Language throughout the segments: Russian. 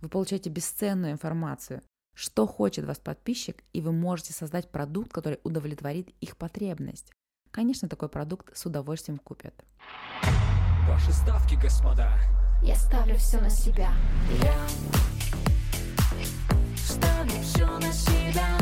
Вы получаете бесценную информацию, что хочет вас подписчик, и вы можете создать продукт, который удовлетворит их потребность. Конечно, такой продукт с удовольствием купят. Ваши ставки, господа. Я ставлю все на себя. Я ставлю все на себя.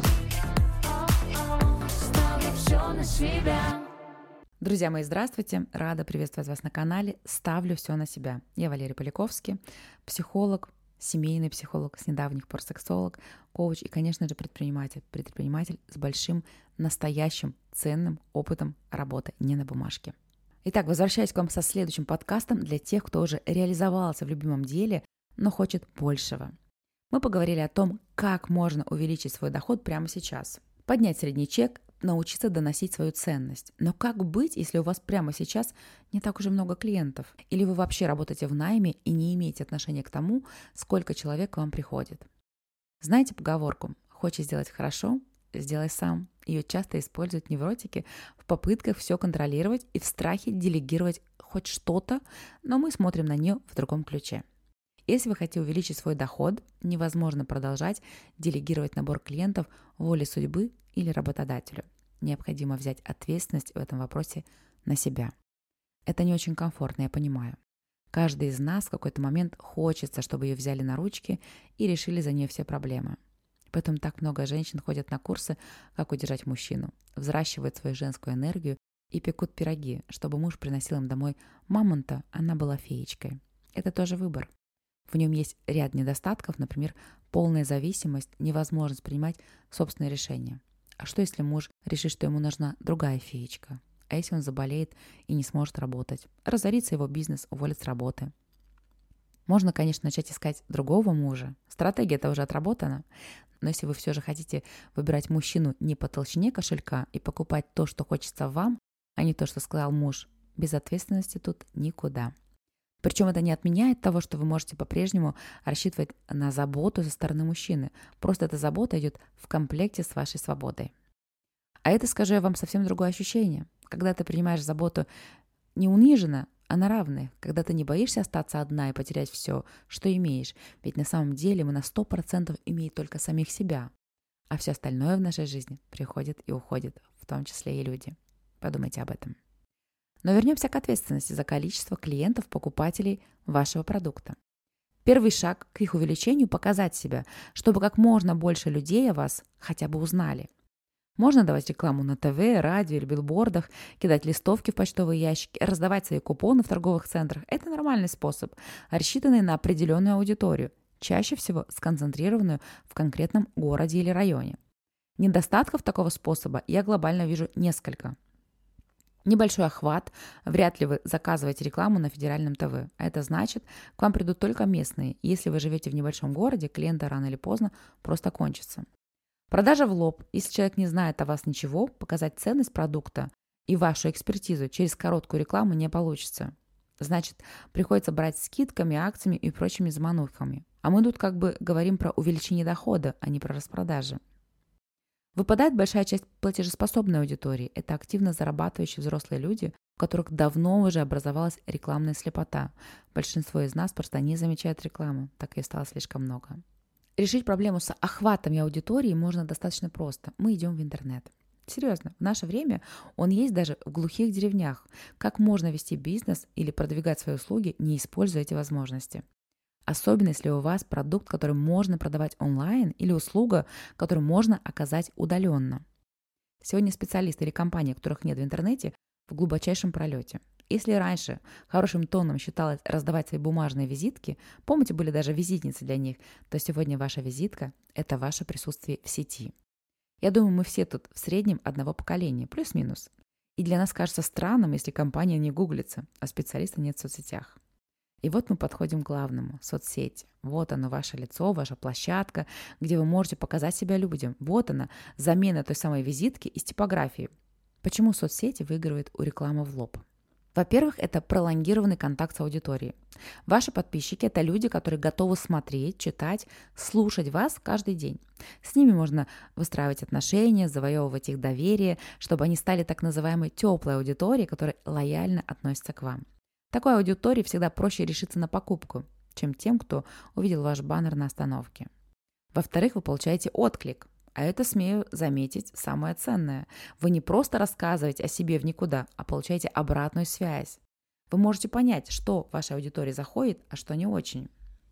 Ставлю все на себя. Друзья мои, здравствуйте! Рада приветствовать вас на канале «Ставлю все на себя». Я Валерий Поляковский, психолог, семейный психолог, с недавних пор сексолог, коуч и, конечно же, предприниматель. Предприниматель с большим, настоящим, ценным опытом работы не на бумажке. Итак, возвращаюсь к вам со следующим подкастом для тех, кто уже реализовался в любимом деле, но хочет большего. Мы поговорили о том, как можно увеличить свой доход прямо сейчас, поднять средний чек, научиться доносить свою ценность. Но как быть, если у вас прямо сейчас не так уже много клиентов? Или вы вообще работаете в найме и не имеете отношения к тому, сколько человек к вам приходит? Знаете поговорку «Хочешь сделать хорошо? Сделай сам». Ее часто используют невротики в попытках все контролировать и в страхе делегировать хоть что-то, но мы смотрим на нее в другом ключе. Если вы хотите увеличить свой доход, невозможно продолжать делегировать набор клиентов воле судьбы или работодателю. Необходимо взять ответственность в этом вопросе на себя. Это не очень комфортно, я понимаю. Каждый из нас в какой-то момент хочется, чтобы ее взяли на ручки и решили за нее все проблемы. Поэтому так много женщин ходят на курсы «Как удержать мужчину», взращивают свою женскую энергию и пекут пироги, чтобы муж приносил им домой мамонта, она была феечкой. Это тоже выбор. В нем есть ряд недостатков, например, полная зависимость, невозможность принимать собственные решения. А что, если муж решит, что ему нужна другая феечка? А если он заболеет и не сможет работать? Разорится его бизнес, уволят с работы. Можно, конечно, начать искать другого мужа. Стратегия-то уже отработана. Но если вы все же хотите выбирать мужчину не по толщине кошелька и покупать то, что хочется вам, а не то, что сказал муж, без ответственности тут никуда. Причем это не отменяет того, что вы можете по-прежнему рассчитывать на заботу со стороны мужчины. Просто эта забота идет в комплекте с вашей свободой. А это, скажу я вам, совсем другое ощущение. Когда ты принимаешь заботу не униженно, а на равных. Когда ты не боишься остаться одна и потерять все, что имеешь. Ведь на самом деле мы на 100% имеем только самих себя. А все остальное в нашей жизни приходит и уходит, в том числе и люди. Подумайте об этом. Но вернемся к ответственности за количество клиентов, покупателей вашего продукта. Первый шаг к их увеличению – показать себя, чтобы как можно больше людей о вас хотя бы узнали. Можно давать рекламу на ТВ, радио или билбордах, кидать листовки в почтовые ящики, раздавать свои купоны в торговых центрах. Это нормальный способ, рассчитанный на определенную аудиторию, чаще всего сконцентрированную в конкретном городе или районе. Недостатков такого способа я глобально вижу несколько. Небольшой охват, вряд ли вы заказываете рекламу на федеральном ТВ. А это значит, к вам придут только местные. Если вы живете в небольшом городе, клиенты рано или поздно просто кончатся. Продажа в лоб. Если человек не знает о вас ничего, показать ценность продукта и вашу экспертизу через короткую рекламу не получится. Значит, приходится брать скидками, акциями и прочими заманухами. А мы тут как бы говорим про увеличение дохода, а не про распродажи. Выпадает большая часть платежеспособной аудитории. Это активно зарабатывающие взрослые люди, у которых давно уже образовалась рекламная слепота. Большинство из нас просто не замечают рекламу, так и стало слишком много. Решить проблему с охватами аудитории можно достаточно просто. Мы идем в интернет. Серьезно, в наше время он есть даже в глухих деревнях. Как можно вести бизнес или продвигать свои услуги, не используя эти возможности? Особенно, если у вас продукт, который можно продавать онлайн, или услуга, которую можно оказать удаленно. Сегодня специалисты или компании, которых нет в интернете, в глубочайшем пролете. Если раньше хорошим тоном считалось раздавать свои бумажные визитки, помните, были даже визитницы для них, то сегодня ваша визитка – это ваше присутствие в сети. Я думаю, мы все тут в среднем одного поколения, плюс-минус. И для нас кажется странным, если компания не гуглится, а специалиста нет в соцсетях. И вот мы подходим к главному – соцсети. Вот оно, ваше лицо, ваша площадка, где вы можете показать себя людям. Вот она, замена той самой визитки из типографии. Почему соцсети выигрывают у рекламы в лоб? Во-первых, это пролонгированный контакт с аудиторией. Ваши подписчики – это люди, которые готовы смотреть, читать, слушать вас каждый день. С ними можно выстраивать отношения, завоевывать их доверие, чтобы они стали так называемой теплой аудиторией, которая лояльно относится к вам. Такой аудитории всегда проще решиться на покупку. чем тем, кто увидел ваш баннер на остановке. Во-вторых, вы получаете отклик. А это, смею заметить, самое ценное. Вы не просто рассказываете о себе в никуда, а получаете обратную связь. Вы можете понять, что вашей аудитории заходит, а что не очень.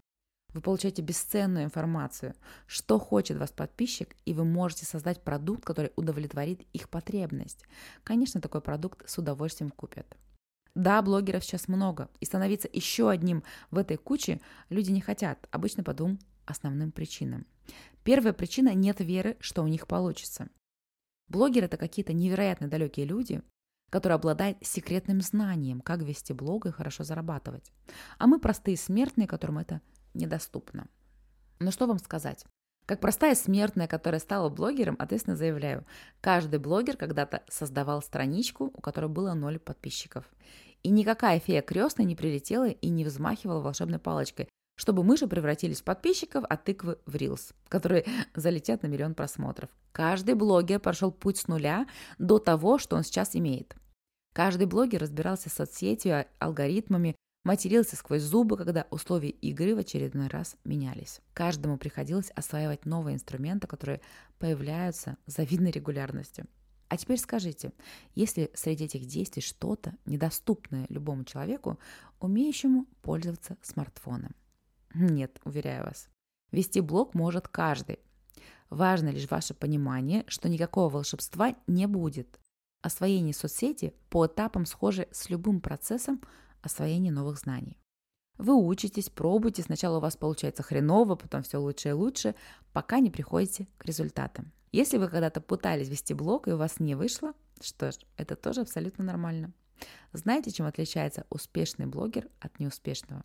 Вы получаете бесценную информацию, что хочет ваш подписчик, и вы можете создать продукт, который удовлетворит их потребность. Конечно, такой продукт с удовольствием купят. Да, блогеров сейчас много, и становиться еще одним в этой куче люди не хотят, обычно по двум основным причинам. Первая причина – нет веры, что у них получится. Блогеры – это какие-то невероятно далекие люди, которые обладают секретным знанием, как вести блог и хорошо зарабатывать. А мы простые смертные, которым это недоступно. Но что вам сказать? Как простая смертная, которая стала блогером, ответственно заявляю, каждый блогер когда-то создавал страничку, у которой было 0 подписчиков. И никакая фея крестная не прилетела и не взмахивала волшебной палочкой, чтобы мыши превратились в подписчиков, а тыквы в рилс, которые залетят на 1 000 000 просмотров. Каждый блогер прошел путь с нуля до того, что он сейчас имеет. Каждый блогер разбирался с соцсетью, алгоритмами, матерился сквозь зубы, когда условия игры в очередной раз менялись. Каждому приходилось осваивать новые инструменты, которые появляются с завидной регулярностью. А теперь скажите, есть ли среди этих действий что-то недоступное любому человеку, умеющему пользоваться смартфоном? Нет, уверяю вас. Вести блог может каждый. Важно лишь ваше понимание, что никакого волшебства не будет. Освоение соцсети по этапам схоже с любым процессом освоения новых знаний. Вы учитесь, пробуйте, сначала у вас получается хреново, потом все лучше и лучше, пока не приходите к результатам. Если вы когда-то пытались вести блог и у вас не вышло, что ж, это тоже абсолютно нормально. Знаете, чем отличается успешный блогер от неуспешного?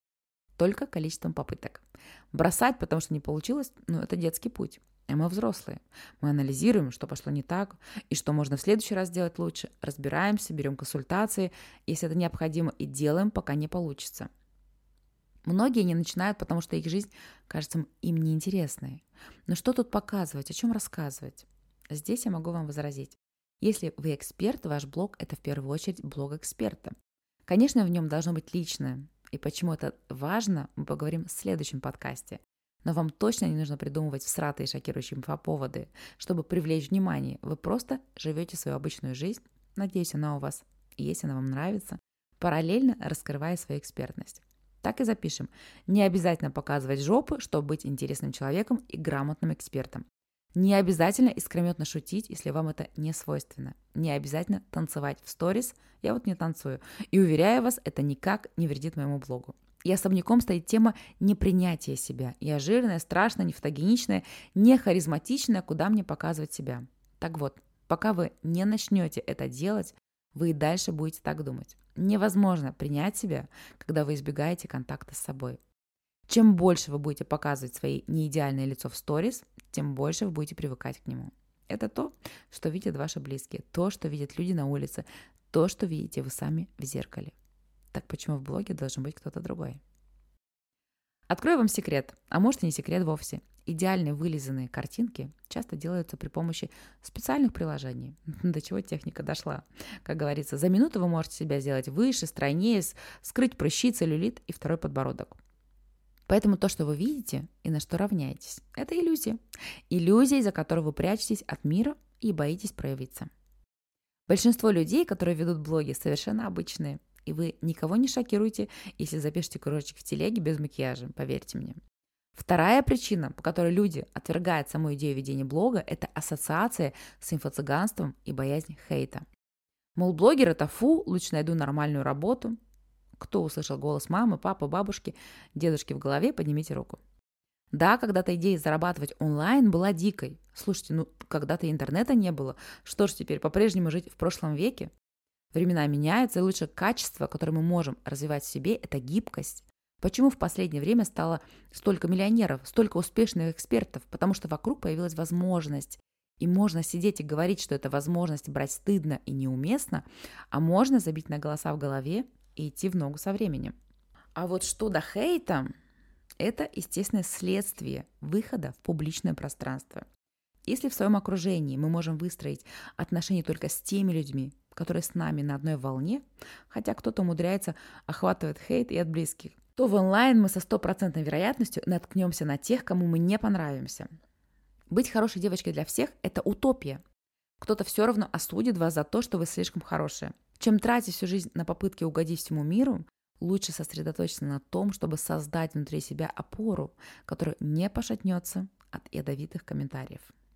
Только количеством попыток. Бросать, потому что не получилось, это детский путь. А мы взрослые. Мы анализируем, что пошло не так, и что можно в следующий раз сделать лучше. Разбираемся, берем консультации, если это необходимо, и делаем, пока не получится. Многие не начинают, потому что их жизнь кажется им неинтересной. Но что тут показывать, о чем рассказывать? Здесь я могу вам возразить. Если вы эксперт, ваш блог – это в первую очередь блог эксперта. Конечно, в нем должно быть личное. И почему это важно, мы поговорим в следующем подкасте. Но вам точно не нужно придумывать всратые шокирующие инфоповоды, чтобы привлечь внимание. Вы просто живете свою обычную жизнь, надеюсь, она у вас есть, она вам нравится, параллельно раскрывая свою экспертность. Так и запишем. Не обязательно показывать жопы, чтобы быть интересным человеком и грамотным экспертом. Не обязательно искрометно шутить, если вам это не свойственно. Не обязательно танцевать в сторис, я не танцую. И уверяю вас, это никак не вредит моему блогу. И особняком стоит тема непринятия себя. Я жирная, страшная, не фотогеничная, не харизматичная, куда мне показывать себя. Так вот, пока вы не начнете это делать, вы и дальше будете так думать. Невозможно принять себя, когда вы избегаете контакта с собой. Чем больше вы будете показывать свои неидеальное лицо в сторис, тем больше вы будете привыкать к нему. Это то, что видят ваши близкие, то, что видят люди на улице, то, что видите вы сами в зеркале. Так почему в блоге должен быть кто-то другой? Открою вам секрет, а может и не секрет вовсе. Идеально вылизанные картинки часто делаются при помощи специальных приложений. До чего техника дошла. Как говорится, за минуту вы можете себя сделать выше, стройнее, скрыть прыщи, целлюлит и второй подбородок. Поэтому то, что вы видите и на что равняетесь, это иллюзия. Иллюзия, из-за которой вы прячетесь от мира и боитесь проявиться. Большинство людей, которые ведут блоги, совершенно обычные. И вы никого не шокируете, если запишете кружочек в телеге без макияжа, поверьте мне. Вторая причина, по которой люди отвергают саму идею ведения блога, это ассоциация с инфо-цыганством и боязнь хейта. Мол, блогер – это фу, лучше найду нормальную работу. Кто услышал голос мамы, папы, бабушки, дедушки в голове, поднимите руку. Да, когда-то идея зарабатывать онлайн была дикой. Слушайте, когда-то интернета не было. Что ж теперь, по-прежнему жить в прошлом веке? Времена меняются, и лучшее качество, которое мы можем развивать в себе, это гибкость. Почему в последнее время стало столько миллионеров, столько успешных экспертов? Потому что вокруг появилась возможность. И можно сидеть и говорить, что эта возможность брать стыдно и неуместно, а можно забить на голоса в голове и идти в ногу со временем. А вот что до хейта, это естественное следствие выхода в публичное пространство. Если в своем окружении мы можем выстроить отношения только с теми людьми, которые с нами на одной волне, хотя кто-то умудряется охватывать хейт и от близких, то в онлайн мы со 100% вероятностью наткнемся на тех, кому мы не понравимся. Быть хорошей девочкой для всех – это утопия. Кто-то все равно осудит вас за то, что вы слишком хорошие. Чем тратить всю жизнь на попытки угодить всему миру, лучше сосредоточиться на том, чтобы создать внутри себя опору, которая не пошатнется от ядовитых комментариев.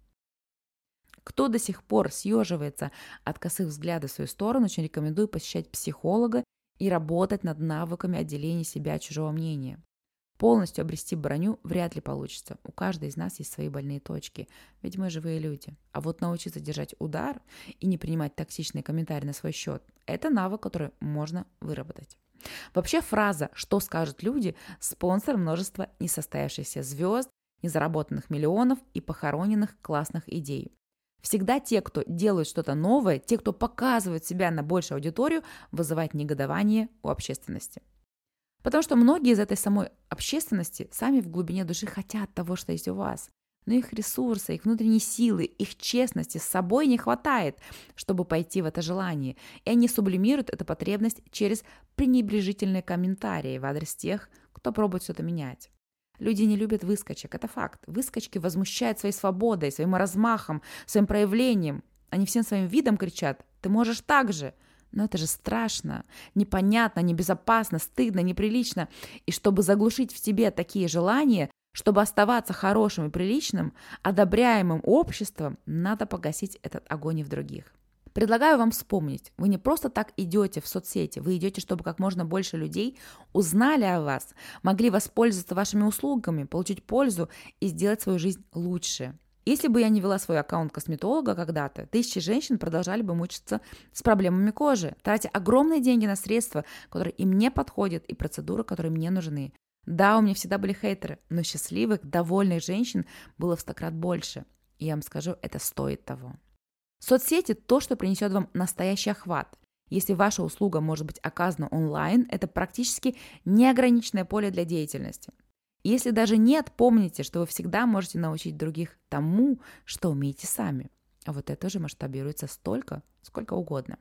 Кто до сих пор съеживается от косых взглядов в свою сторону, очень рекомендую посещать психолога и работать над навыками отделения себя от чужого мнения. Полностью обрести броню вряд ли получится. У каждой из нас есть свои больные точки, ведь мы живые люди. А вот научиться держать удар и не принимать токсичные комментарии на свой счет – это навык, который можно выработать. Вообще фраза «что скажут люди» – спонсор множества несостоявшихся звезд, незаработанных миллионов и похороненных классных идей. Всегда те, кто делают что-то новое, те, кто показывают себя на большую аудиторию, вызывают негодование у общественности. Потому что многие из этой самой общественности сами в глубине души хотят того, что есть у вас. Но их ресурсы, их внутренней силы, их честности с собой не хватает, чтобы пойти в это желание. И они сублимируют эту потребность через пренебрежительные комментарии в адрес тех, кто пробует что-то менять. Люди не любят выскочек, это факт. Выскочки возмущают своей свободой, своим размахом, своим проявлением. Они всем своим видом кричат: «Ты можешь так же!» Но это же страшно, непонятно, небезопасно, стыдно, неприлично. И чтобы заглушить в себе такие желания, чтобы оставаться хорошим и приличным, одобряемым обществом, надо погасить этот огонь и в других. Предлагаю вам вспомнить, вы не просто так идете в соцсети, вы идете, чтобы как можно больше людей узнали о вас, могли воспользоваться вашими услугами, получить пользу и сделать свою жизнь лучше. Если бы я не вела свой аккаунт косметолога когда-то, тысячи женщин продолжали бы мучиться с проблемами кожи, тратя огромные деньги на средства, которые им не подходят, и процедуры, которые мне нужны. Да, у меня всегда были хейтеры, но счастливых, довольных женщин было в 100 крат больше. И я вам скажу, это стоит того. Соцсети – то, что принесет вам настоящий охват. Если ваша услуга может быть оказана онлайн, это практически неограниченное поле для деятельности. Если даже нет, помните, что вы всегда можете научить других тому, что умеете сами. А вот это уже масштабируется столько, сколько угодно.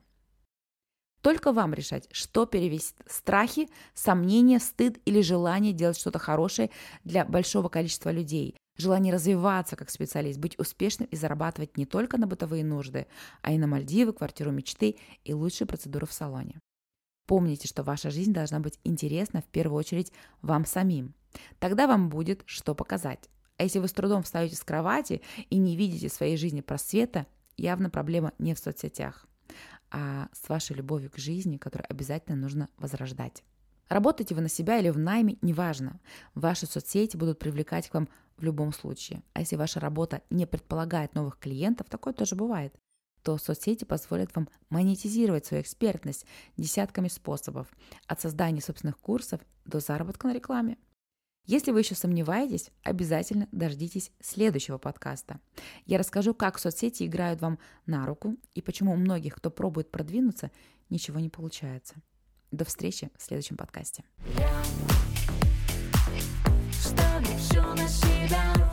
Только вам решать, что перевесит – страхи, сомнения, стыд или желание делать что-то хорошее для большого количества людей. Желание развиваться как специалист, быть успешным и зарабатывать не только на бытовые нужды, а и на Мальдивы, квартиру мечты и лучшие процедуры в салоне. Помните, что ваша жизнь должна быть интересна в первую очередь вам самим. Тогда вам будет что показать. А если вы с трудом встаете с кровати и не видите в своей жизни просвета, явно проблема не в соцсетях, а с вашей любовью к жизни, которую обязательно нужно возрождать. Работаете вы на себя или в найме, неважно. Ваши соцсети будут привлекать к вам в любом случае. А если ваша работа не предполагает новых клиентов, такое тоже бывает, то соцсети позволят вам монетизировать свою экспертность десятками способов, от создания собственных курсов до заработка на рекламе. Если вы еще сомневаетесь, обязательно дождитесь следующего подкаста. Я расскажу, как соцсети играют вам на руку и почему у многих, кто пробует продвинуться, ничего не получается. До встречи в следующем подкасте. Ставлю все на себя.